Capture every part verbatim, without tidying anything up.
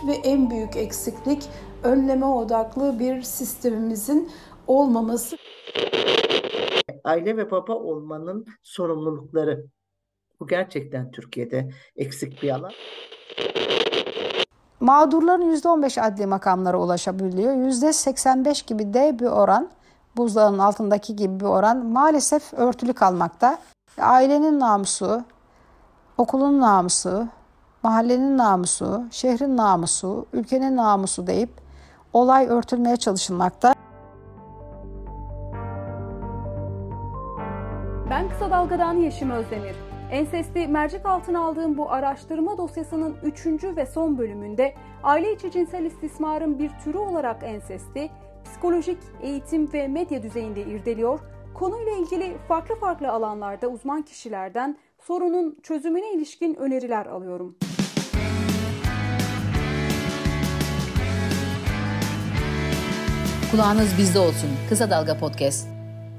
ve en büyük eksiklik önleme odaklı bir sistemimizin olmaması. Aile ve baba olmanın sorumlulukları. Bu gerçekten Türkiye'de eksik bir alan. Mağdurların yüzde on beş adli makamlara ulaşabiliyor. yüzde seksen beş gibi de bir oran, buzdağının altındaki gibi bir oran maalesef örtülü kalmakta. Ailenin namusu, okulun namusu, mahallenin namusu, şehrin namusu, ülkenin namusu deyip olay örtülmeye çalışılmakta. Ben Kısa Dalga'dan Yeşim Özdemir. Ensesti mercek altına aldığım bu araştırma dosyasının üçüncü ve son bölümünde aile içi cinsel istismarın bir türü olarak ensesti, psikolojik, eğitim ve medya düzeyinde irdeliyor, konuyla ilgili farklı farklı alanlarda uzman kişilerden sorunun çözümüne ilişkin öneriler alıyorum. Kulağınız bizde olsun. Kısa Dalga Podcast.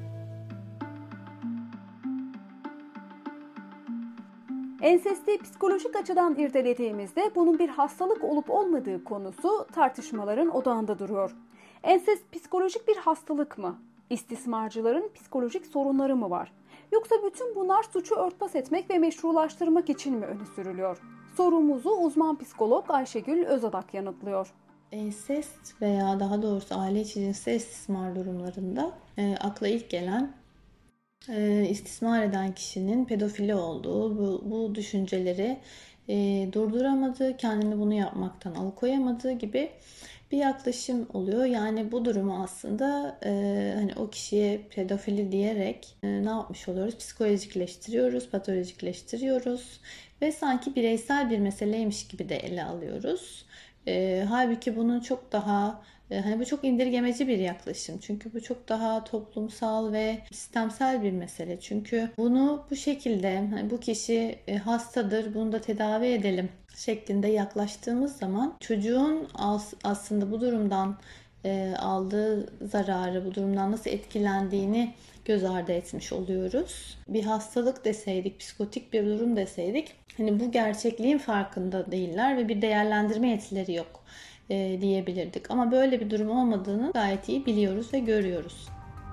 Ensesti psikolojik açıdan irdelediğimizde bunun bir hastalık olup olmadığı konusu tartışmaların odağında duruyor. Ensest psikolojik bir hastalık mı? İstismarcıların psikolojik sorunları mı var? Yoksa bütün bunlar suçu örtbas etmek ve meşrulaştırmak için mi öne sürülüyor? Sorumuzu uzman psikolog Ayşegül Özadak yanıtlıyor. Ensest veya daha doğrusu aile içi cinsel istismar durumlarında e, akla ilk gelen e, istismar eden kişinin pedofili olduğu, bu, bu düşünceleri e, durduramadığı, kendini bunu yapmaktan alıkoyamadığı gibi bir yaklaşım oluyor. Yani bu durumu aslında e, hani o kişiye pedofili diyerek e, ne yapmış oluyoruz? Psikolojikleştiriyoruz, patolojikleştiriyoruz ve sanki bireysel bir meseleymiş gibi de ele alıyoruz. E, halbuki bunun çok daha e, hani bu çok indirgemeci bir yaklaşım. Çünkü bu çok daha toplumsal ve sistemsel bir mesele. Çünkü bunu bu şekilde hani bu kişi e, hastadır, bunu da tedavi edelim şeklinde yaklaştığımız zaman çocuğun as, aslında bu durumdan e, aldığı zararı, bu durumdan nasıl etkilendiğini göz ardı etmiş oluyoruz. Bir hastalık deseydik, psikotik bir durum deseydik, hani bu gerçekliğin farkında değiller ve bir değerlendirme yetileri yok e, diyebilirdik. Ama böyle bir durum olmadığını gayet iyi biliyoruz ve görüyoruz.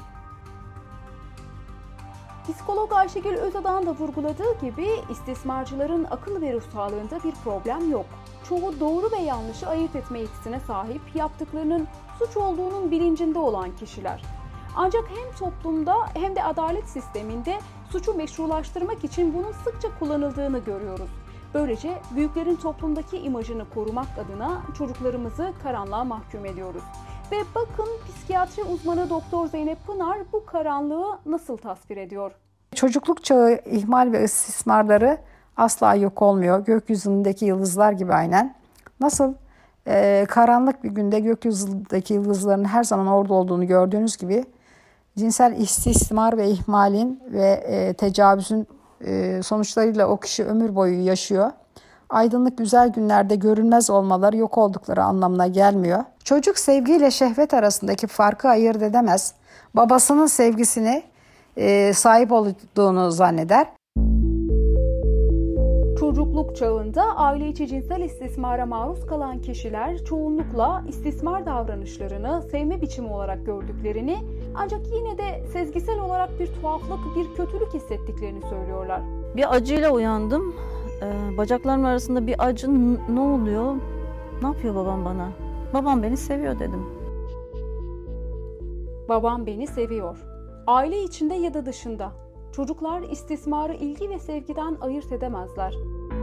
Psikolog Ayşegül Özadak'ın da vurguladığı gibi istismarcıların akıl ve ruh sağlığında bir problem yok. Çoğu doğru ve yanlışı ayırt etme yetisine sahip, yaptıklarının suç olduğunun bilincinde olan kişiler. Ancak hem toplumda hem de adalet sisteminde suçu meşrulaştırmak için bunun sıkça kullanıldığını görüyoruz. Böylece büyüklerin toplumdaki imajını korumak adına çocuklarımızı karanlığa mahkum ediyoruz. Ve bakın psikiyatri uzmanı Doktor Zeynep Pınar bu karanlığı nasıl tasvir ediyor? Çocukluk çağı ihmal ve istismarları asla yok olmuyor. Gökyüzündeki yıldızlar gibi aynen. Nasıl e, karanlık bir günde gökyüzündeki yıldızların her zaman orada olduğunu gördüğünüz gibi cinsel istismar ve ihmalin ve e, tecavüzün e, sonuçlarıyla o kişi ömür boyu yaşıyor. Aydınlık güzel günlerde görünmez olmaları yok oldukları anlamına gelmiyor. Çocuk sevgiyle şehvet arasındaki farkı ayırt edemez. Babasının sevgisini e, sahip olduğunu zanneder. Çocukluk çağında aile içi cinsel istismara maruz kalan kişiler çoğunlukla istismar davranışlarını sevme biçimi olarak gördüklerini ancak yine de sezgisel olarak bir tuhaflık, bir kötülük hissettiklerini söylüyorlar. Bir acıyla uyandım. Ee, bacaklarım arasında bir acı, ne oluyor? Ne yapıyor babam bana? Babam beni seviyor dedim. Babam beni seviyor. Aile içinde ya da dışında. Çocuklar istismarı ilgi ve sevgiden ayırt edemezler.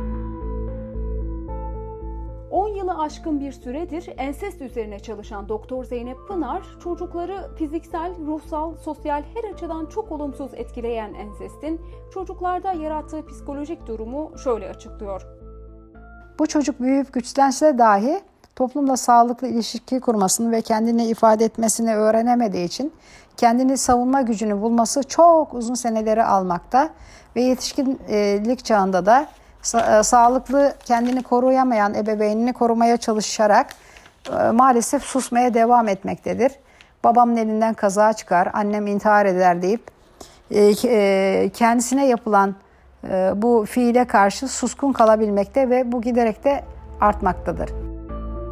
on yılı aşkın bir süredir ensest üzerine çalışan Doktor Zeynep Pınar, çocukları fiziksel, ruhsal, sosyal her açıdan çok olumsuz etkileyen ensestin çocuklarda yarattığı psikolojik durumu şöyle açıklıyor. Bu çocuk büyüyüp güçlense dahi toplumla sağlıklı ilişki kurmasını ve kendini ifade etmesini öğrenemediği için kendini savunma gücünü bulması çok uzun seneleri almakta ve yetişkinlik çağında da sa- sağlıklı kendini koruyamayan ebeveynini korumaya çalışarak e, maalesef susmaya devam etmektedir. Babamın elinden kaza çıkar, annem intihar eder deyip e, e, kendisine yapılan e, bu fiile karşı suskun kalabilmekte ve bu giderek de artmaktadır.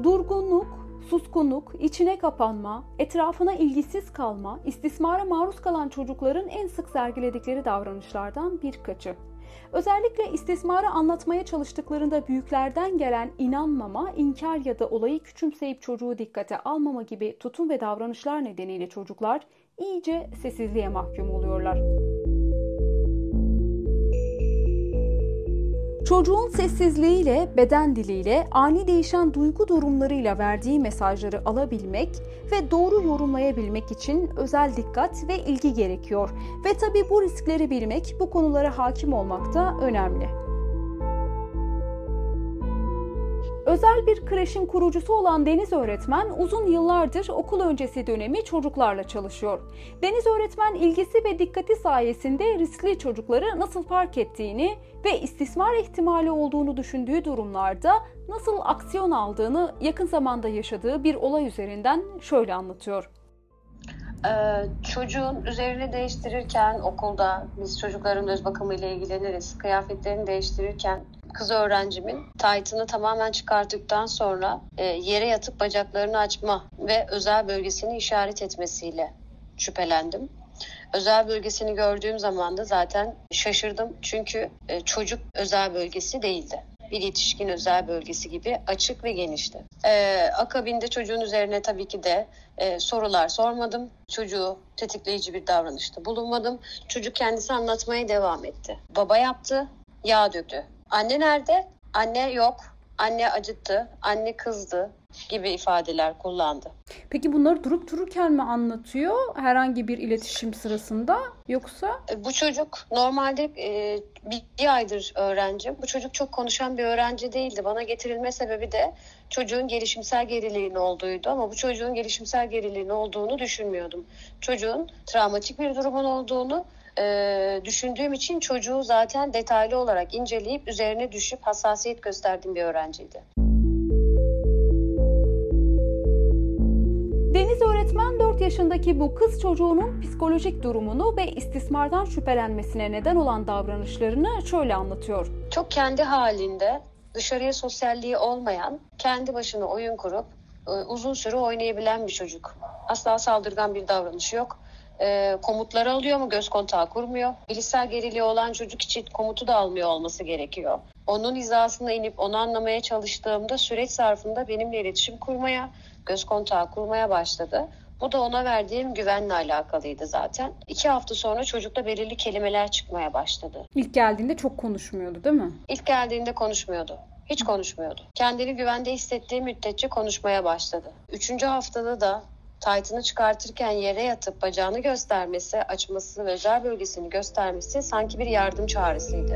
Durgunluk, suskunluk, içine kapanma, etrafına ilgisiz kalma, istismara maruz kalan çocukların en sık sergiledikleri davranışlardan birkaçı. Özellikle istismarı anlatmaya çalıştıklarında büyüklerden gelen inanmama, inkar ya da olayı küçümseyip çocuğu dikkate almama gibi tutum ve davranışlar nedeniyle çocuklar iyice sessizliğe mahkum oluyorlar. Çocuğun sessizliğiyle, beden diliyle, ani değişen duygu durumlarıyla verdiği mesajları alabilmek ve doğru yorumlayabilmek için özel dikkat ve ilgi gerekiyor. Ve tabii bu riskleri bilmek, bu konulara hakim olmak da önemli. Özel bir kreşin kurucusu olan Deniz öğretmen uzun yıllardır okul öncesi dönemi çocuklarla çalışıyor. Deniz öğretmen ilgisi ve dikkati sayesinde riskli çocukları nasıl fark ettiğini ve istismar ihtimali olduğunu düşündüğü durumlarda nasıl aksiyon aldığını yakın zamanda yaşadığı bir olay üzerinden şöyle anlatıyor. Ee, çocuğun üzerini değiştirirken okulda biz çocukların öz bakımıyla ilgileniriz. Kıyafetlerini değiştirirken kız öğrencimin taytını tamamen çıkarttıktan sonra e, yere yatıp bacaklarını açma ve özel bölgesini işaret etmesiyle şüphelendim. Özel bölgesini gördüğüm zaman da zaten şaşırdım. Çünkü e, çocuk özel bölgesi değildi. Bir yetişkin özel bölgesi gibi açık ve genişti. Ee, akabinde çocuğun üzerine tabii ki de e, sorular sormadım. Çocuğu tetikleyici bir davranışta bulunmadım. Çocuk kendisi anlatmaya devam etti. Baba yaptı, yağ döktü. Anne nerede? Anne yok. Anne acıttı, anne kızdı gibi ifadeler kullandı. Peki bunları durup dururken mi anlatıyor herhangi bir iletişim sırasında yoksa? Bu çocuk normalde e, bir, bir aydır öğrenci. Bu çocuk çok konuşan bir öğrenci değildi. Bana getirilme sebebi de çocuğun gelişimsel geriliğinin olduğuydu ama bu çocuğun gelişimsel geriliğinin olduğunu düşünmüyordum. Çocuğun travmatik bir durumun olduğunu e, düşündüğüm için çocuğu zaten detaylı olarak inceleyip üzerine düşüp hassasiyet gösterdiğim bir öğrenciydi. Deniz öğretmen dört yaşındaki bu kız çocuğunun psikolojik durumunu ve istismardan şüphelenmesine neden olan davranışlarını şöyle anlatıyor. Çok kendi halinde, dışarıya sosyalliği olmayan, kendi başına oyun kurup uzun süre oynayabilen bir çocuk. Asla saldırgan bir davranışı yok. E, komutları alıyor mu? Göz kontağı kurmuyor. Bilişsel geriliği olan çocuk için komutu da almıyor olması gerekiyor. Onun hizasına inip onu anlamaya çalıştığımda süreç zarfında benimle iletişim kurmaya, göz kontağı kurmaya başladı. Bu da ona verdiğim güvenle alakalıydı zaten. İki hafta sonra çocukta belirli kelimeler çıkmaya başladı. İlk geldiğinde çok konuşmuyordu değil mi? İlk geldiğinde konuşmuyordu. Hiç konuşmuyordu. Kendini güvende hissettiği müddetçe konuşmaya başladı. Üçüncü haftada da taytını çıkartırken yere yatıp bacağını göstermesi, açması ve özel bölgesini göstermesi sanki bir yardım çağrısıydı.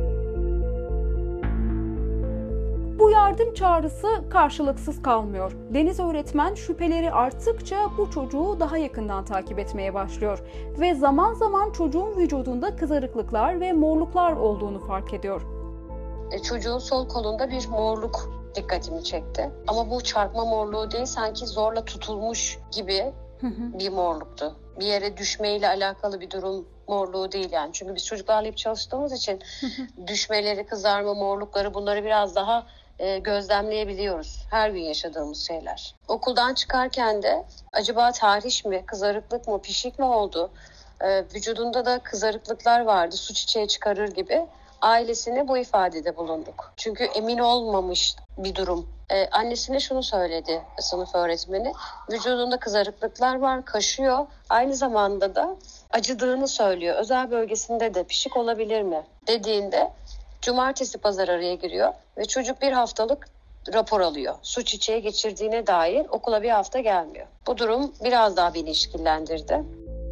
Bu yardım çağrısı karşılıksız kalmıyor. Deniz öğretmen şüpheleri arttıkça bu çocuğu daha yakından takip etmeye başlıyor ve zaman zaman çocuğun vücudunda kızarıklıklar ve morluklar olduğunu fark ediyor. E, çocuğun sol kolunda bir morluk dikkatimi çekti. Ama bu çarpma morluğu değil, sanki zorla tutulmuş gibi bir morluktu. Bir yere düşmeyle alakalı bir durum morluğu değil yani. Çünkü biz çocuklarla hep çalıştığımız için düşmeleri, kızarma, morlukları bunları biraz daha e, gözlemleyebiliyoruz. Her gün yaşadığımız şeyler. Okuldan çıkarken de acaba tahriş mi, kızarıklık mı, pişik mi oldu? E, vücudunda da kızarıklıklar vardı, su çiçeği çıkarır gibi. Ailesine bu ifadede bulunduk. Çünkü emin olmamış bir durum. Ee, annesine şunu söyledi sınıf öğretmeni. Vücudunda kızarıklıklar var, kaşıyor. Aynı zamanda da acıdığını söylüyor. Özel bölgesinde de pişik olabilir mi dediğinde cumartesi pazar araya giriyor ve çocuk bir haftalık rapor alıyor. Su çiçeği geçirdiğine dair okula bir hafta gelmiyor. Bu durum biraz daha beni işkillendirdi.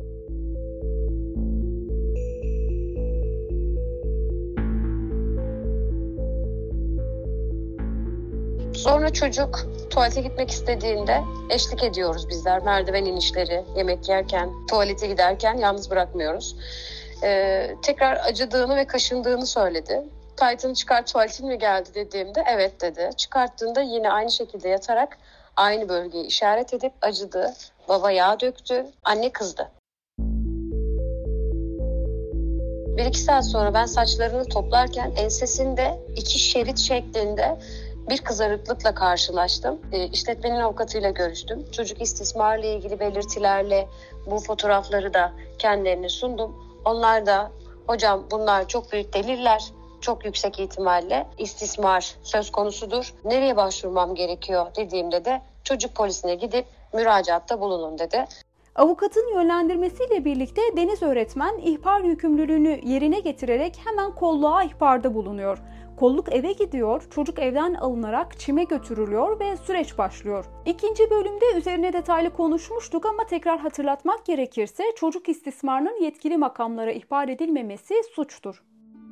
Sonra çocuk tuvalete gitmek istediğinde eşlik ediyoruz bizler. Merdiven inişleri, yemek yerken, tuvalete giderken yalnız bırakmıyoruz. Ee, tekrar acıdığını ve kaşındığını söyledi. Taytını çıkart, tuvaletin mi geldi dediğimde evet dedi. Çıkarttığında yine aynı şekilde yatarak aynı bölgeyi işaret edip acıdı. Baba yağ döktü, anne kızdı. Bir iki saat sonra ben saçlarını toplarken ensesinde iki şerit şeklinde bir kızarıklıkla karşılaştım. E, işletmenin avukatıyla görüştüm. Çocuk istismarla ilgili belirtilerle bu fotoğrafları da kendilerine sundum. Onlar da hocam bunlar çok büyük deliller, çok yüksek ihtimalle istismar söz konusudur. Nereye başvurmam gerekiyor dediğimde de çocuk polisine gidip müracaatta bulunun dedi. Avukatın yönlendirmesiyle birlikte Deniz öğretmen ihbar yükümlülüğünü yerine getirerek hemen kolluğa ihbarda bulunuyor. Kolluk eve gidiyor, çocuk evden alınarak ÇİM'e götürülüyor ve süreç başlıyor. İkinci bölümde üzerine detaylı konuşmuştuk ama tekrar hatırlatmak gerekirse çocuk istismarının yetkili makamlara ihbar edilmemesi suçtur.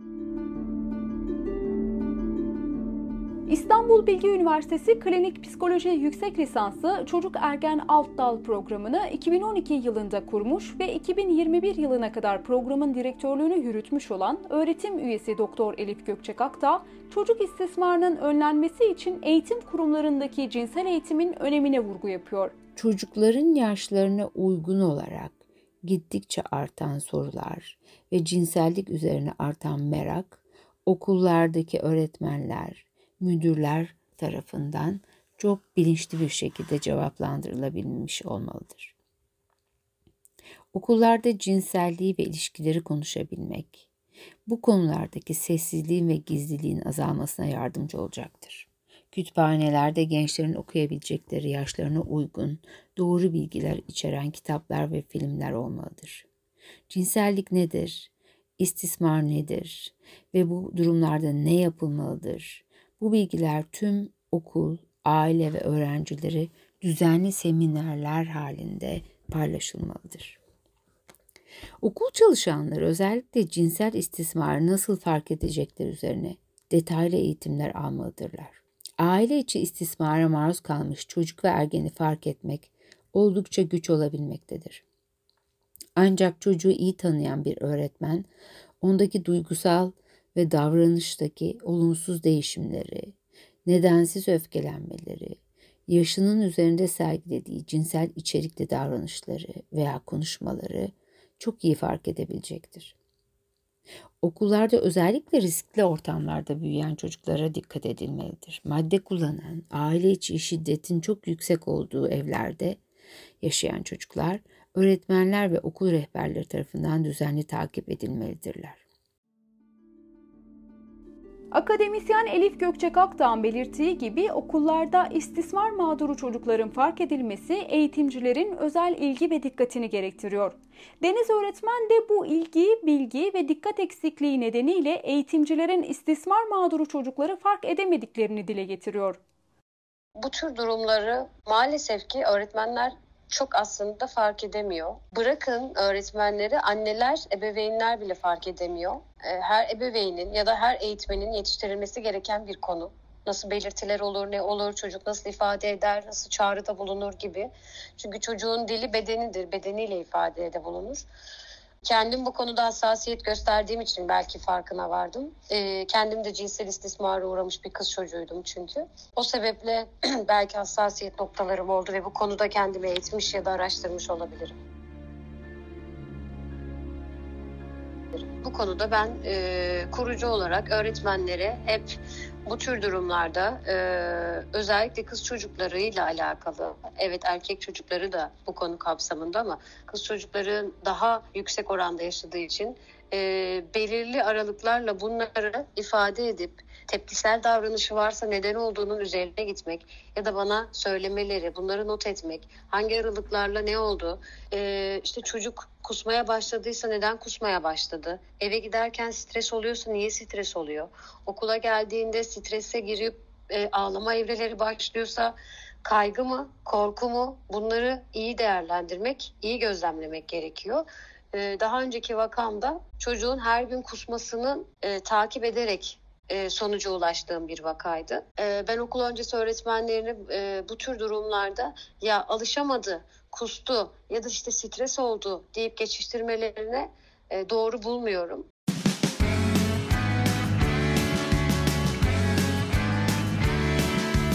İstanbul Bilgi Üniversitesi Klinik Psikoloji Yüksek Lisansı Çocuk Ergen Alt Dal programını iki bin on iki yılında kurmuş ve iki bin yirmi bir yılına kadar programın direktörlüğünü yürütmüş olan öğretim üyesi Doktor Elif Gökçek Akdağ, çocuk istismarının önlenmesi için eğitim kurumlarındaki cinsel eğitimin önemine vurgu yapıyor. Çocukların yaşlarına uygun olarak gittikçe artan sorular ve cinsellik üzerine artan merak, okullardaki öğretmenler, müdürler tarafından çok bilinçli bir şekilde cevaplandırılabilmiş olmalıdır. Okullarda cinselliği ve ilişkileri konuşabilmek, bu konulardaki sessizliğin ve gizliliğin azalmasına yardımcı olacaktır. Kütüphanelerde gençlerin okuyabilecekleri yaşlarına uygun, doğru bilgiler içeren kitaplar ve filmler olmalıdır. Cinsellik nedir? İstismar nedir? Ve bu durumlarda ne yapılmalıdır? Bu bilgiler tüm okul, aile ve öğrencileri düzenli seminerler halinde paylaşılmalıdır. Okul çalışanları özellikle cinsel istismarı nasıl fark edecekler üzerine detaylı eğitimler almalıdırlar. Aile içi istismara maruz kalmış çocuk ve ergeni fark etmek oldukça güç olabilmektedir. Ancak çocuğu iyi tanıyan bir öğretmen, ondaki duygusal ve davranıştaki olumsuz değişimleri, nedensiz öfkelenmeleri, yaşının üzerinde sergilediği cinsel içerikli davranışları veya konuşmaları çok iyi fark edebilecektir. Okullarda özellikle riskli ortamlarda büyüyen çocuklara dikkat edilmelidir. Madde kullanan, aile içi şiddetin çok yüksek olduğu evlerde yaşayan çocuklar, öğretmenler ve okul rehberleri tarafından düzenli takip edilmelidirler. Akademisyen Elif Gökçek Akdağ'ın belirttiği gibi okullarda istismar mağduru çocukların fark edilmesi eğitimcilerin özel ilgi ve dikkatini gerektiriyor. Deniz öğretmen de bu ilgi, bilgi ve dikkat eksikliği nedeniyle eğitimcilerin istismar mağduru çocukları fark edemediklerini dile getiriyor. Bu tür durumları maalesef ki öğretmenler çok aslında fark edemiyor. Bırakın öğretmenleri, anneler, ebeveynler bile fark edemiyor. Her ebeveynin ya da her eğitmenin yetiştirilmesi gereken bir konu. Nasıl belirtiler olur, ne olur, çocuk nasıl ifade eder, nasıl çağrıda bulunur gibi. Çünkü çocuğun dili bedenidir, bedeniyle ifadede bulunur. Kendim bu konuda hassasiyet gösterdiğim için belki farkına vardım. E, kendim de cinsel istismara uğramış bir kız çocuğuydum çünkü. O sebeple belki hassasiyet noktalarım oldu ve bu konuda kendimi eğitmiş ya da araştırmış olabilirim. Bu konuda ben e, kurucu olarak öğretmenlere hep bu tür durumlarda e, özellikle kız çocuklarıyla alakalı, evet erkek çocukları da bu konu kapsamında ama kız çocukların daha yüksek oranda yaşadığı için e, belirli aralıklarla bunları ifade edip tepkisel davranışı varsa neden olduğunun üzerine gitmek ya da bana söylemeleri, bunları not etmek, hangi aralıklarla ne oldu, ee, işte çocuk kusmaya başladıysa neden kusmaya başladı, eve giderken stres oluyorsa niye stres oluyor, okula geldiğinde strese girip e, ağlama evreleri başlıyorsa kaygı mı, korku mu, bunları iyi değerlendirmek, iyi gözlemlemek gerekiyor. Ee, daha önceki vakamda çocuğun her gün kusmasını e, takip ederek sonuca ulaştığım bir vakaydı. Ben okul öncesi öğretmenlerini bu tür durumlarda ya alışamadı, kustu ya da işte stres oldu deyip geçiştirmelerine doğru bulmuyorum.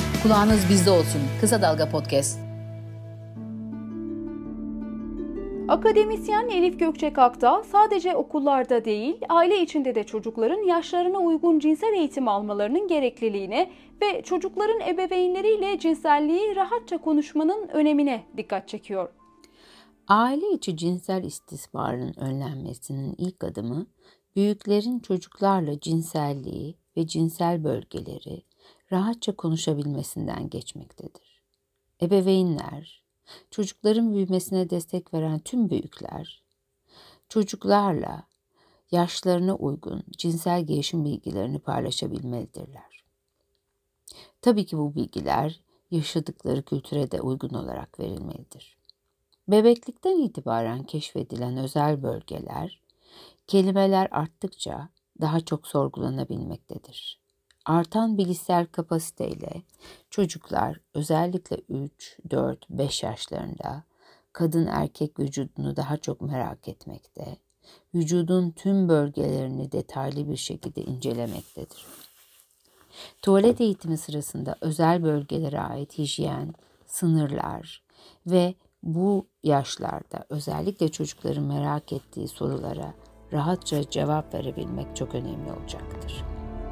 Kulağınız bizde olsun. Kısa Dalga Podcast. Akademisyen Elif Gökçek-Akdağ sadece okullarda değil, aile içinde de çocukların yaşlarına uygun cinsel eğitim almalarının gerekliliğine ve çocukların ebeveynleriyle cinselliği rahatça konuşmanın önemine dikkat çekiyor. Aile içi cinsel istismarın önlenmesinin ilk adımı, büyüklerin çocuklarla cinselliği ve cinsel bölgeleri rahatça konuşabilmesinden geçmektedir. Ebeveynler, çocukların büyümesine destek veren tüm büyükler, çocuklarla yaşlarına uygun cinsel gelişim bilgilerini paylaşabilmelidirler. Tabii ki bu bilgiler yaşadıkları kültüre de uygun olarak verilmelidir. Bebeklikten itibaren keşfedilen özel bölgeler, kelimeler arttıkça daha çok sorgulanabilmektedir. Artan bilişsel kapasiteyle çocuklar özellikle üç, dört, beş yaşlarında kadın erkek vücudunu daha çok merak etmekte, vücudun tüm bölgelerini detaylı bir şekilde incelemektedir. Tuvalet eğitimi sırasında özel bölgelere ait hijyen, sınırlar ve bu yaşlarda özellikle çocukların merak ettiği sorulara rahatça cevap verebilmek çok önemli olacaktır.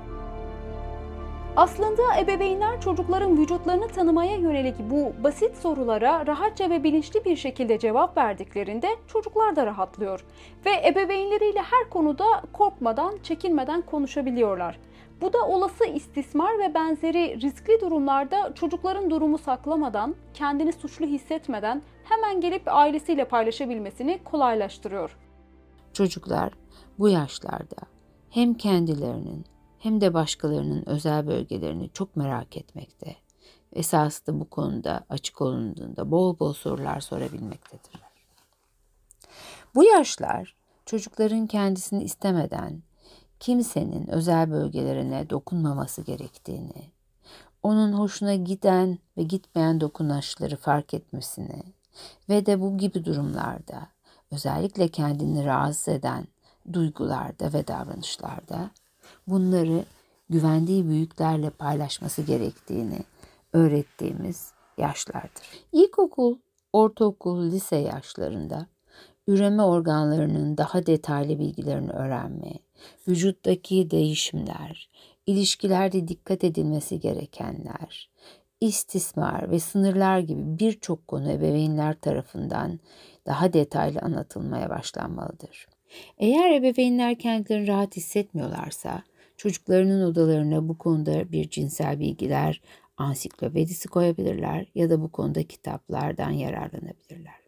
Aslında ebeveynler çocukların vücutlarını tanımaya yönelik bu basit sorulara rahatça ve bilinçli bir şekilde cevap verdiklerinde çocuklar da rahatlıyor ve ebeveynleriyle her konuda korkmadan, çekinmeden konuşabiliyorlar. Bu da olası istismar ve benzeri riskli durumlarda çocukların durumu saklamadan, kendini suçlu hissetmeden hemen gelip ailesiyle paylaşabilmesini kolaylaştırıyor. Çocuklar bu yaşlarda hem kendilerinin hem de başkalarının özel bölgelerini çok merak etmekte. Esasında bu konuda açık olunduğunda bol bol sorular sorabilmektedirler. Bu yaşlar çocukların kendisini istemeden kimsenin özel bölgelerine dokunmaması gerektiğini, onun hoşuna giden ve gitmeyen dokunuşları fark etmesini ve de bu gibi durumlarda özellikle kendini rahatsız eden duygularda ve davranışlarda bunları güvendiği büyüklerle paylaşması gerektiğini öğrettiğimiz yaşlardır. İlkokul, ortaokul, lise yaşlarında üreme organlarının daha detaylı bilgilerini öğrenme, vücuttaki değişimler, ilişkilerde dikkat edilmesi gerekenler, istismar ve sınırlar gibi birçok konu ebeveynler tarafından daha detaylı anlatılmaya başlanmalıdır. Eğer ebeveynler kendilerini rahat hissetmiyorlarsa, çocuklarının odalarına bu konuda bir cinsel bilgiler ansiklopedisi koyabilirler ya da bu konuda kitaplardan yararlanabilirler.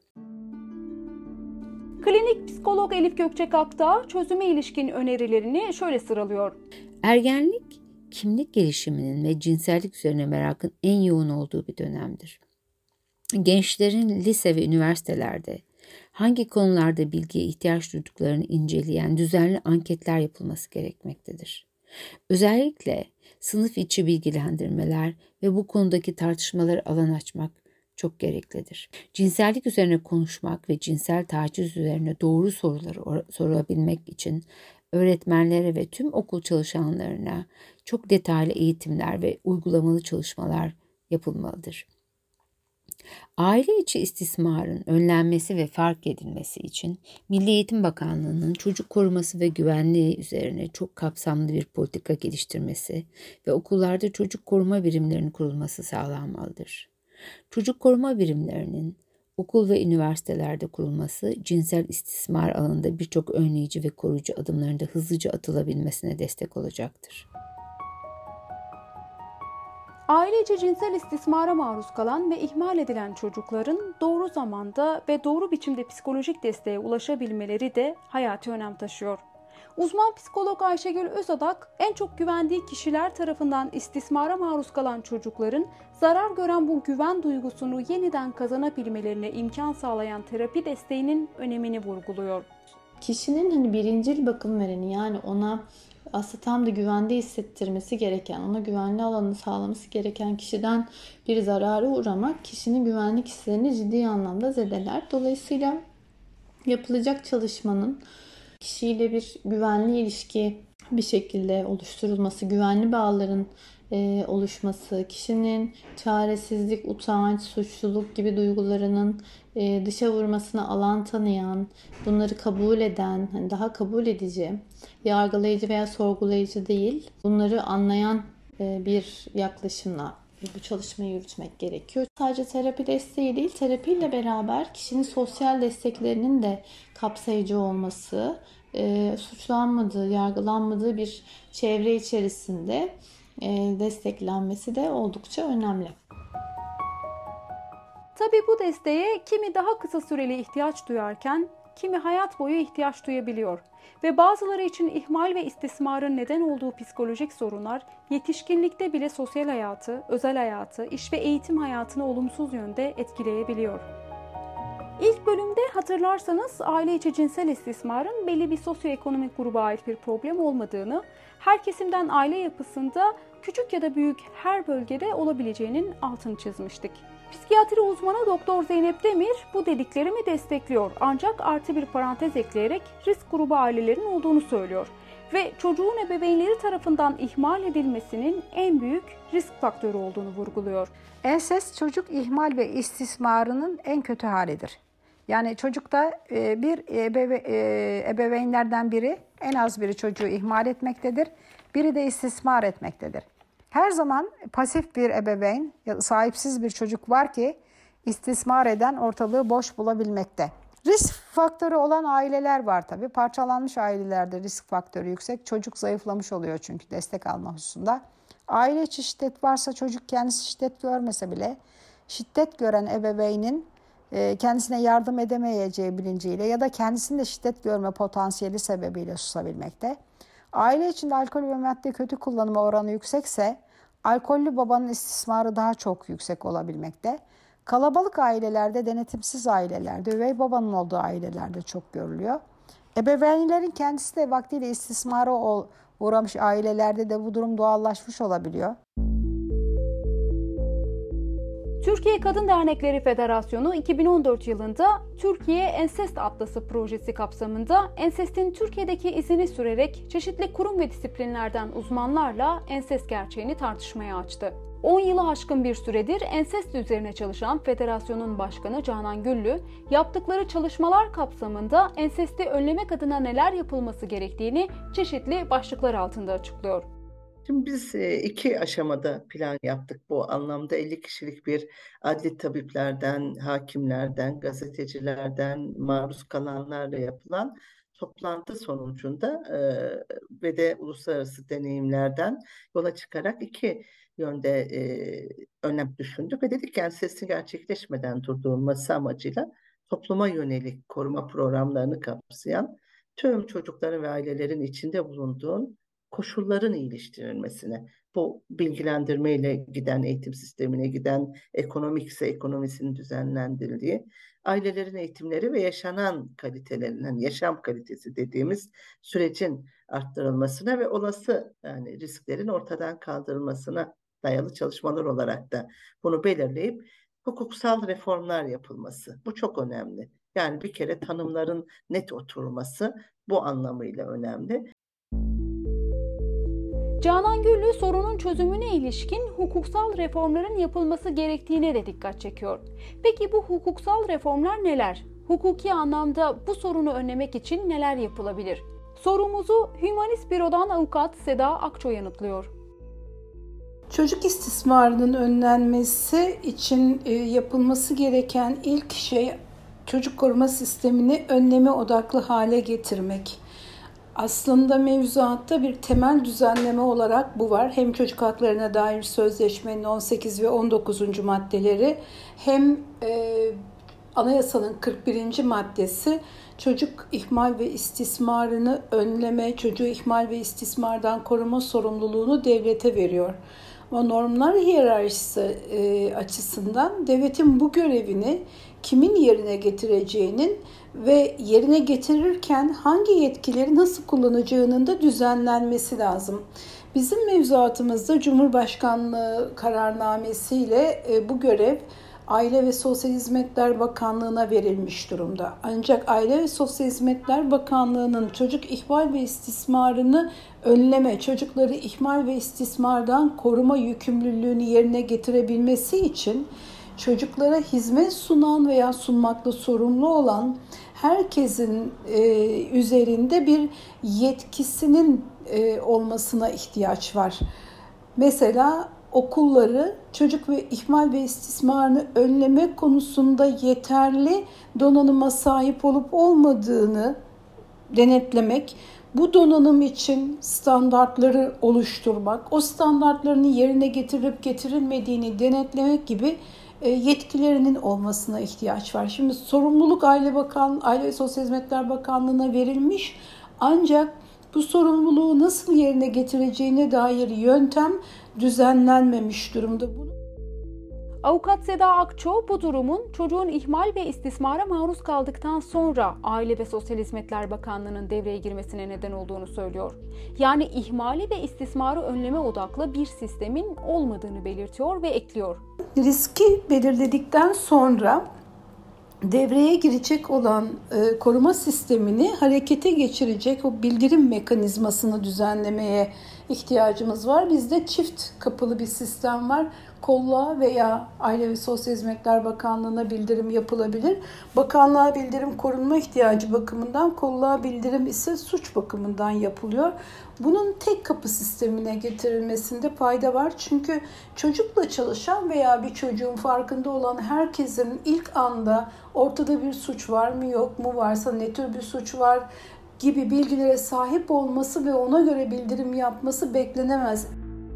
Klinik psikolog Elif Gökçek-Akdağ çözüme ilişkin önerilerini şöyle sıralıyor. Ergenlik, kimlik gelişiminin ve cinsellik üzerine merakın en yoğun olduğu bir dönemdir. Gençlerin lise ve üniversitelerde hangi konularda bilgiye ihtiyaç duyduklarını inceleyen düzenli anketler yapılması gerekmektedir. Özellikle sınıf içi bilgilendirmeler ve bu konudaki tartışmalara alan açmak çok gereklidir. Cinsellik üzerine konuşmak ve cinsel taciz üzerine doğru soruları sorabilmek için öğretmenlere ve tüm okul çalışanlarına çok detaylı eğitimler ve uygulamalı çalışmalar yapılmalıdır. Aile içi istismarın önlenmesi ve fark edilmesi için Milli Eğitim Bakanlığı'nın çocuk koruması ve güvenliği üzerine çok kapsamlı bir politika geliştirmesi ve okullarda çocuk koruma birimlerinin kurulması sağlanmalıdır. Çocuk koruma birimlerinin okul ve üniversitelerde kurulması cinsel istismar alanında birçok önleyici ve koruyucu adımların da hızlıca atılabilmesine destek olacaktır. Ailece cinsel istismara maruz kalan ve ihmal edilen çocukların doğru zamanda ve doğru biçimde psikolojik desteğe ulaşabilmeleri de hayati önem taşıyor. Uzman psikolog Ayşegül Özadak, en çok güvendiği kişiler tarafından istismara maruz kalan çocukların zarar gören bu güven duygusunu yeniden kazanabilmelerine imkan sağlayan terapi desteğinin önemini vurguluyor. Kişinin hani birincil bakım vereni, yani ona aslında tam da güvende hissettirmesi gereken, ona güvenli alanını sağlaması gereken kişiden bir zarara uğramak kişinin güvenlik hislerini ciddi anlamda zedeler. Dolayısıyla yapılacak çalışmanın kişiyle bir güvenli ilişki bir şekilde oluşturulması, güvenli bağların e, oluşması, kişinin çaresizlik, utanç, suçluluk gibi duygularının e, dışa vurmasına alan tanıyan, bunları kabul eden, hani daha kabul edici, yargılayıcı veya sorgulayıcı değil, bunları anlayan e, bir yaklaşımla bu çalışmayı yürütmek gerekiyor. Sadece terapi desteği değil, terapiyle beraber kişinin sosyal desteklerinin de kapsayıcı olması, e, suçlanmadığı, yargılanmadığı bir çevre içerisinde e, desteklenmesi de oldukça önemli. Tabii bu desteğe kimi daha kısa süreli ihtiyaç duyarken kimi hayat boyu ihtiyaç duyabiliyor. Ve bazıları için ihmal ve istismarın neden olduğu psikolojik sorunlar yetişkinlikte bile sosyal hayatı, özel hayatı, iş ve eğitim hayatını olumsuz yönde etkileyebiliyor. İlk bölümde hatırlarsanız aile içi cinsel istismarın belli bir sosyoekonomik gruba ait bir problem olmadığını, her kesimden aile yapısında küçük ya da büyük her bölgede olabileceğinin altını çizmiştik. Psikiyatri uzmanı Doktor Zeynep Demir bu dediklerimi destekliyor ancak artı bir parantez ekleyerek risk grubu ailelerin olduğunu söylüyor ve çocuğun ebeveynleri tarafından ihmal edilmesinin en büyük risk faktörü olduğunu vurguluyor. Ensest çocuk ihmal ve istismarının en kötü halidir. Yani çocukta bir ebeve, ebeveynlerden biri, en az biri çocuğu ihmal etmektedir, biri de istismar etmektedir. Her zaman pasif bir ebeveyn, sahipsiz bir çocuk var ki istismar eden ortalığı boş bulabilmekte. Risk faktörü olan aileler var tabii. Parçalanmış ailelerde risk faktörü yüksek. Çocuk zayıflamış oluyor çünkü destek alma hususunda. Aile içi şiddet varsa çocuk kendisi şiddet görmese bile şiddet gören ebeveynin kendisine yardım edemeyeceği bilinciyle ya da kendisinde şiddet görme potansiyeli sebebiyle susabilmekte. Aile içinde alkol ve madde kötü kullanımı oranı yüksekse alkollü babanın istismarı daha çok yüksek olabilmekte. Kalabalık ailelerde, denetimsiz ailelerde, üvey babanın olduğu ailelerde çok görülüyor. Ebeveynlerin kendisi de vaktiyle istismara uğramış ailelerde de bu durum doğallaşmış olabiliyor. Türkiye Kadın Dernekleri Federasyonu iki bin on dört yılında Türkiye Ensest Atlası projesi kapsamında ensestin Türkiye'deki izini sürerek çeşitli kurum ve disiplinlerden uzmanlarla ensest gerçeğini tartışmaya açtı. on yılı aşkın bir süredir ensest üzerine çalışan federasyonun başkanı Canan Güllü, yaptıkları çalışmalar kapsamında ensesti önlemek adına neler yapılması gerektiğini çeşitli başlıklar altında açıklıyor. Şimdi biz iki aşamada plan yaptık bu anlamda. elli kişilik bir adli tabiplerden, hakimlerden, gazetecilerden, maruz kalanlarla yapılan toplantı sonucunda e, ve de uluslararası deneyimlerden yola çıkarak iki yönde e, önem düşündük ve dedik ki ensesin gerçekleşmeden durdurulması amacıyla topluma yönelik koruma programlarını kapsayan tüm çocukların ve ailelerin içinde bulunduğun koşulların iyileştirilmesine, bu bilgilendirmeyle giden, eğitim sistemine giden, ekonomikse ekonomisinin düzenlendirildiği, ailelerin eğitimleri ve yaşanan kalitelerin, yani yaşam kalitesi dediğimiz sürecin arttırılmasına ve olası yani risklerin ortadan kaldırılmasına dayalı çalışmalar olarak da bunu belirleyip hukuksal reformlar yapılması. Bu çok önemli. Yani bir kere tanımların net oturması bu anlamıyla önemli. Canan Güllü sorunun çözümüne ilişkin hukuksal reformların yapılması gerektiğine de dikkat çekiyor. Peki bu hukuksal reformlar neler? Hukuki anlamda bu sorunu önlemek için neler yapılabilir? Sorumuzu Hümanist Büro'dan avukat Seda Akço yanıtlıyor. Çocuk istismarının önlenmesi için yapılması gereken ilk şey çocuk koruma sistemini önleme odaklı hale getirmek. Aslında mevzuatta bir temel düzenleme olarak bu var. Hem çocuk haklarına dair sözleşmenin on sekiz ve on dokuzuncu maddeleri hem e, anayasanın kırk birinci maddesi çocuk ihmal ve istismarını önleme, çocuğu ihmal ve istismardan koruma sorumluluğunu devlete veriyor. Ama normlar hiyerarşisi e, açısından devletin bu görevini kimin yerine getireceğinin ve yerine getirirken hangi yetkileri nasıl kullanacağının da düzenlenmesi lazım. Bizim mevzuatımızda Cumhurbaşkanlığı kararnamesiyle e, bu görev Aile ve Sosyal Hizmetler Bakanlığı'na verilmiş durumda. Ancak Aile ve Sosyal Hizmetler Bakanlığı'nın çocuk ihmal ve istismarını önleme, çocukları ihmal ve istismardan koruma yükümlülüğünü yerine getirebilmesi için çocuklara hizmet sunan veya sunmakla sorumlu olan herkesin e, üzerinde bir yetkisinin e, olmasına ihtiyaç var. Mesela okulları çocuk ve ihmal ve istismarını önleme konusunda yeterli donanıma sahip olup olmadığını denetlemek, bu donanım için standartları oluşturmak, o standartların yerine getirip getirilmediğini denetlemek gibi yetkilerinin olmasına ihtiyaç var. Şimdi sorumluluk Aile Bakan, Aile ve Sosyal Hizmetler Bakanlığı'na verilmiş, ancak bu sorumluluğu nasıl yerine getireceğine dair yöntem düzenlenmemiş durumda. Avukat Seda Akço bu durumun çocuğun ihmal ve istismara maruz kaldıktan sonra Aile ve Sosyal Hizmetler Bakanlığı'nın devreye girmesine neden olduğunu söylüyor. Yani ihmali ve istismarı önleme odaklı bir sistemin olmadığını belirtiyor ve ekliyor. Riski belirledikten sonra devreye girecek olan e, koruma sistemini harekete geçirecek o bildirim mekanizmasını düzenlemeye ihtiyacımız var. Bizde çift kapılı bir sistem var. Kolluğa veya Aile ve Sosyal Hizmetler Bakanlığı'na bildirim yapılabilir. Bakanlığa bildirim korunma ihtiyacı bakımından, kolluğa bildirim ise suç bakımından yapılıyor. Bunun tek kapı sistemine getirilmesinde fayda var. Çünkü çocukla çalışan veya bir çocuğun farkında olan herkesin ilk anda ortada bir suç var mı yok mu, varsa ne tür bir suç var gibi bilgilere sahip olması ve ona göre bildirim yapması beklenemez.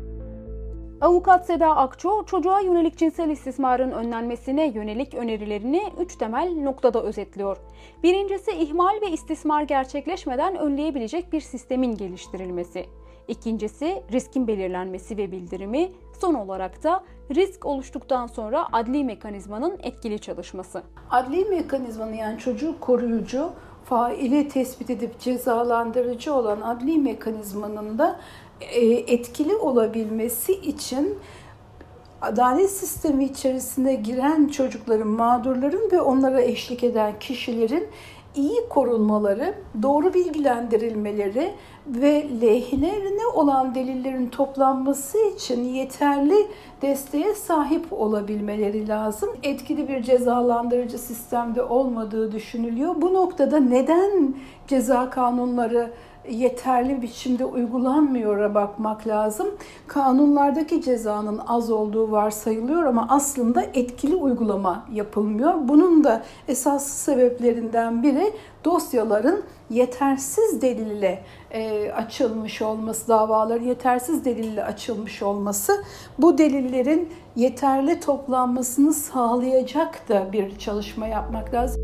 Avukat Seda Akço, çocuğa yönelik cinsel istismarın önlenmesine yönelik önerilerini üç temel noktada özetliyor. Birincisi, ihmal ve istismar gerçekleşmeden önleyebilecek bir sistemin geliştirilmesi. İkincisi, riskin belirlenmesi ve bildirimi. Son olarak da risk oluştuktan sonra adli mekanizmanın etkili çalışması. Adli mekanizmanın, yani çocuğu koruyucu, faili tespit edip cezalandırıcı olan adli mekanizmanın da etkili olabilmesi için adalet sistemi içerisine giren çocukların, mağdurların ve onlara eşlik eden kişilerin iyi korunmaları, doğru bilgilendirilmeleri ve lehlerine olan delillerin toplanması için yeterli desteğe sahip olabilmeleri lazım. Etkili bir cezalandırıcı sistemde olmadığı düşünülüyor. Bu noktada neden ceza kanunları yeterli biçimde uygulanmıyor'a bakmak lazım. Kanunlardaki cezanın az olduğu varsayılıyor ama aslında etkili uygulama yapılmıyor. Bunun da esas sebeplerinden biri dosyaların yetersiz delille e, açılmış olması, davaların yetersiz delille açılmış olması. Bu delillerin yeterli toplanmasını sağlayacak da bir çalışma yapmak lazım.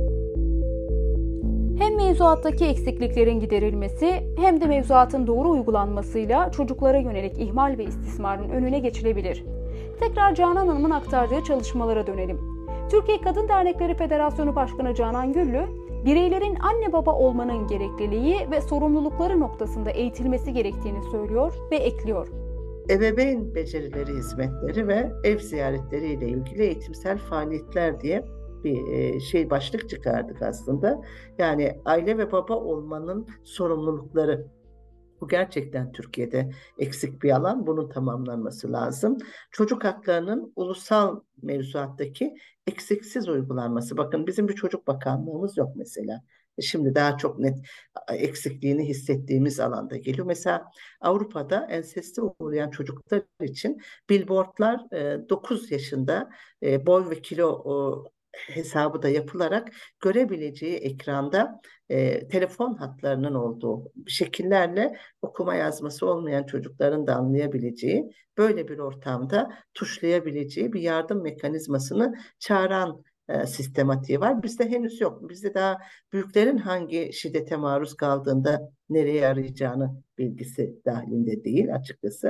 Hem mevzuattaki eksikliklerin giderilmesi hem de mevzuatın doğru uygulanmasıyla çocuklara yönelik ihmal ve istismarın önüne geçilebilir. Tekrar Canan Hanım'ın aktardığı çalışmalara dönelim. Türkiye Kadın Dernekleri Federasyonu Başkanı Canan Güllü, bireylerin anne baba olmanın gerekliliği ve sorumlulukları noktasında eğitilmesi gerektiğini söylüyor ve ekliyor. Ebeveyn becerileri hizmetleri ve ev ziyaretleriyle ilgili eğitimsel faaliyetler diye bir şey başlık çıkardık aslında. Yani aile ve baba olmanın sorumlulukları. Bu gerçekten Türkiye'de eksik bir alan. Bunun tamamlanması lazım. Çocuk haklarının ulusal mevzuattaki eksiksiz uygulanması. Bakın bizim bir çocuk bakanlığımız yok mesela. Şimdi daha çok net eksikliğini hissettiğimiz alanda geliyor. Mesela Avrupa'da enseste uğrayan çocuklar için billboardlar dokuz yaşında boy ve kilo hesabı da yapılarak görebileceği ekranda e, telefon hatlarının olduğu şekillerle okuma yazması olmayan çocukların da anlayabileceği, böyle bir ortamda tuşlayabileceği bir yardım mekanizmasını çağıran e, sistematiği var. Bizde henüz yok. Bizde daha büyüklerin hangi şiddete maruz kaldığında nereye arayacağını bilgisi dahilinde değil açıkçası.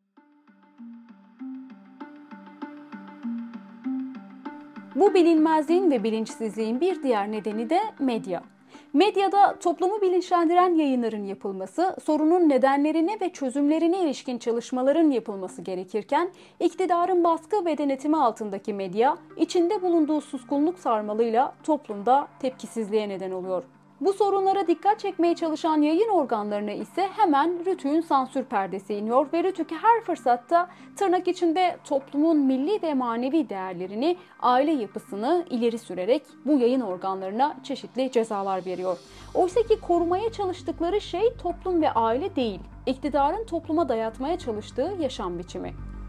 Bu bilinmezliğin ve bilinçsizliğin bir diğer nedeni de medya. Medyada toplumu bilinçlendiren yayınların yapılması, sorunun nedenlerine ve çözümlerine ilişkin çalışmaların yapılması gerekirken, iktidarın baskı ve denetimi altındaki medya, içinde bulunduğu suskunluk sarmalıyla toplumda tepkisizliğe neden oluyor. Bu sorunlara dikkat çekmeye çalışan yayın organlarına ise hemen Rütük'ün sansür perdesi iniyor ve Rütük her fırsatta tırnak içinde toplumun milli ve manevi değerlerini, aile yapısını ileri sürerek bu yayın organlarına çeşitli cezalar veriyor. Oysa ki korumaya çalıştıkları şey toplum ve aile değil, iktidarın topluma dayatmaya çalıştığı yaşam biçimi.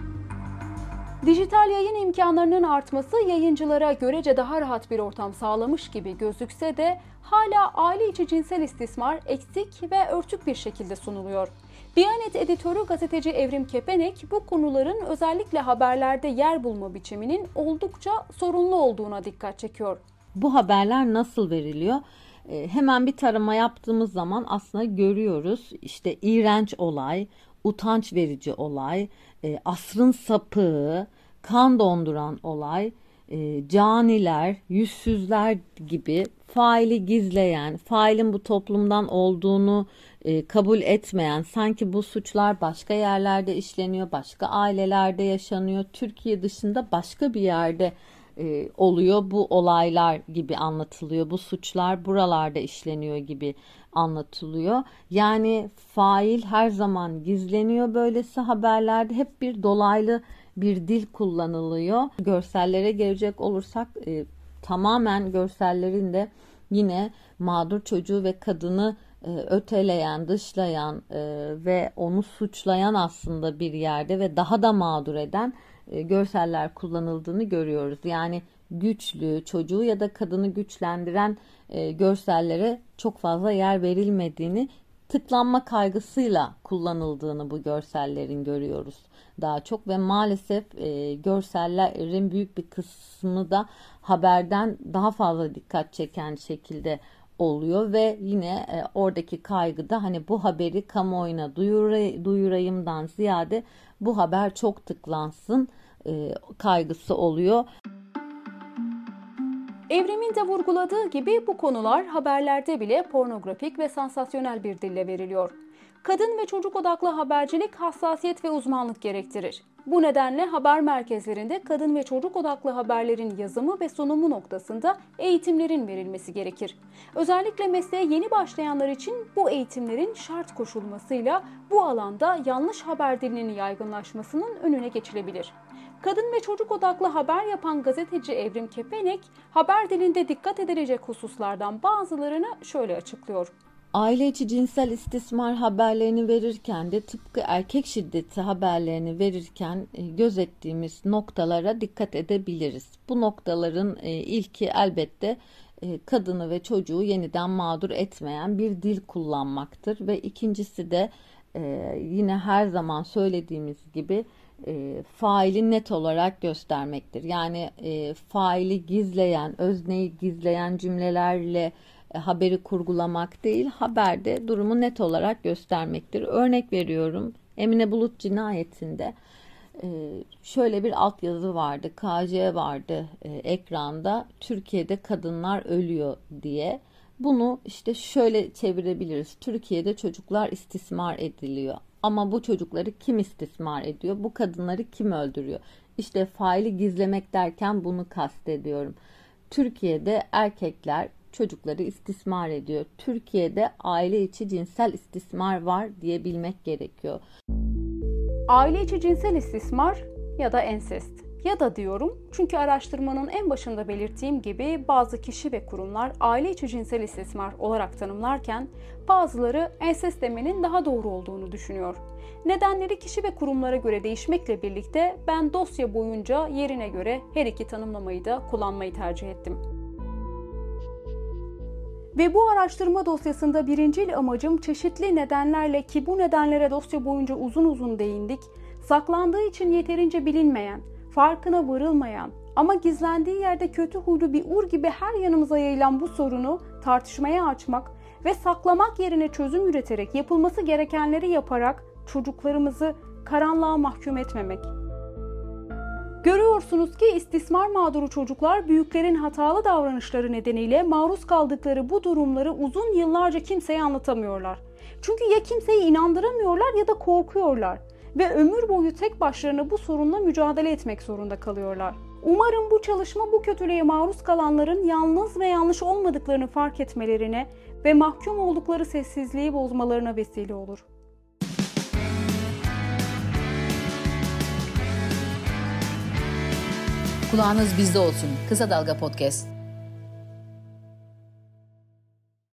Dijital yayın imkanlarının artması yayıncılara görece daha rahat bir ortam sağlamış gibi gözükse de hala aile içi cinsel istismar eksik ve örtük bir şekilde sunuluyor. Diyanet editörü gazeteci Evrim Kepenek bu konuların özellikle haberlerde yer bulma biçiminin oldukça sorunlu olduğuna dikkat çekiyor. Bu haberler nasıl veriliyor? Ee, hemen bir tarama yaptığımız zaman aslında görüyoruz. İşte iğrenç olay, utanç verici olay, e, asrın sapığı, kan donduran olay, e, caniler, yüzsüzler gibi faili gizleyen, failin bu toplumdan olduğunu e, kabul etmeyen, sanki bu suçlar başka yerlerde işleniyor, başka ailelerde yaşanıyor, Türkiye dışında başka bir yerde e, oluyor bu olaylar gibi anlatılıyor, bu suçlar buralarda işleniyor gibi anlatılıyor. Yani fail her zaman gizleniyor böylesi haberlerde, hep bir dolaylı bir dil kullanılıyor. Görsellere gelecek olursak e, tamamen görsellerin de yine mağdur çocuğu ve kadını e, öteleyen, dışlayan e, ve onu suçlayan aslında bir yerde ve daha da mağdur eden e, görseller kullanıldığını görüyoruz. Yani güçlü, çocuğu ya da kadını güçlendiren e, görsellere çok fazla yer verilmediğini, tıklanma kaygısıyla kullanıldığını bu görsellerin görüyoruz daha çok ve maalesef e, görsellerin büyük bir kısmı da haberden daha fazla dikkat çeken şekilde oluyor ve yine e, oradaki kaygı da hani bu haberi kamuoyuna duyura, duyurayımdan ziyade bu haber çok tıklansın e, kaygısı oluyor. Evrim'in de vurguladığı gibi bu konular haberlerde bile pornografik ve sansasyonel bir dille veriliyor. Kadın ve çocuk odaklı habercilik hassasiyet ve uzmanlık gerektirir. Bu nedenle haber merkezlerinde kadın ve çocuk odaklı haberlerin yazımı ve sunumu noktasında eğitimlerin verilmesi gerekir. Özellikle mesleğe yeni başlayanlar için bu eğitimlerin şart koşulmasıyla bu alanda yanlış haber dilinin yaygınlaşmasının önüne geçilebilir. Kadın ve çocuk odaklı haber yapan gazeteci Evrim Kepenek, haber dilinde dikkat edilecek hususlardan bazılarını şöyle açıklıyor. Aile içi cinsel istismar haberlerini verirken de tıpkı erkek şiddeti haberlerini verirken gözettiğimiz noktalara dikkat edebiliriz. Bu noktaların ilki elbette kadını ve çocuğu yeniden mağdur etmeyen bir dil kullanmaktır ve ikincisi de yine her zaman söylediğimiz gibi E, faili net olarak göstermektir. Yani e, faili gizleyen, özneyi gizleyen cümlelerle e, haberi kurgulamak değil, haberde durumu net olarak göstermektir. Örnek veriyorum, Emine Bulut cinayetinde e, şöyle bir altyazı vardı, K J vardı e, ekranda, Türkiye'de kadınlar ölüyor diye. Bunu işte şöyle çevirebiliriz, Türkiye'de çocuklar istismar ediliyor. Ama bu çocukları kim istismar ediyor? Bu kadınları kim öldürüyor? İşte faili gizlemek derken bunu kastediyorum. Türkiye'de erkekler çocukları istismar ediyor. Türkiye'de aile içi cinsel istismar var diyebilmek gerekiyor. Aile içi cinsel istismar ya da ensest. Ya da diyorum çünkü araştırmanın en başında belirttiğim gibi bazı kişi ve kurumlar aile içi cinsel istismar olarak tanımlarken bazıları ensest demenin daha doğru olduğunu düşünüyor. Nedenleri kişi ve kurumlara göre değişmekle birlikte ben dosya boyunca yerine göre her iki tanımlamayı da kullanmayı tercih ettim. Ve bu araştırma dosyasında birincil amacım çeşitli nedenlerle, ki bu nedenlere dosya boyunca uzun uzun değindik, saklandığı için yeterince bilinmeyen, farkına varılmayan ama gizlendiği yerde kötü huylu bir ur gibi her yanımıza yayılan bu sorunu tartışmaya açmak ve saklamak yerine çözüm üreterek, yapılması gerekenleri yaparak çocuklarımızı karanlığa mahkum etmemek. Görüyorsunuz ki istismar mağduru çocuklar büyüklerin hatalı davranışları nedeniyle maruz kaldıkları bu durumları uzun yıllarca kimseye anlatamıyorlar. Çünkü ya kimseyi inandıramıyorlar ya da korkuyorlar ve ömür boyu tek başlarına bu sorunla mücadele etmek zorunda kalıyorlar. Umarım bu çalışma bu kötülüğe maruz kalanların yalnız ve yanlış olmadıklarını fark etmelerine ve mahkum oldukları sessizliği bozmalarına vesile olur. Kulağınız bizde olsun. Kısa Dalga Podcast.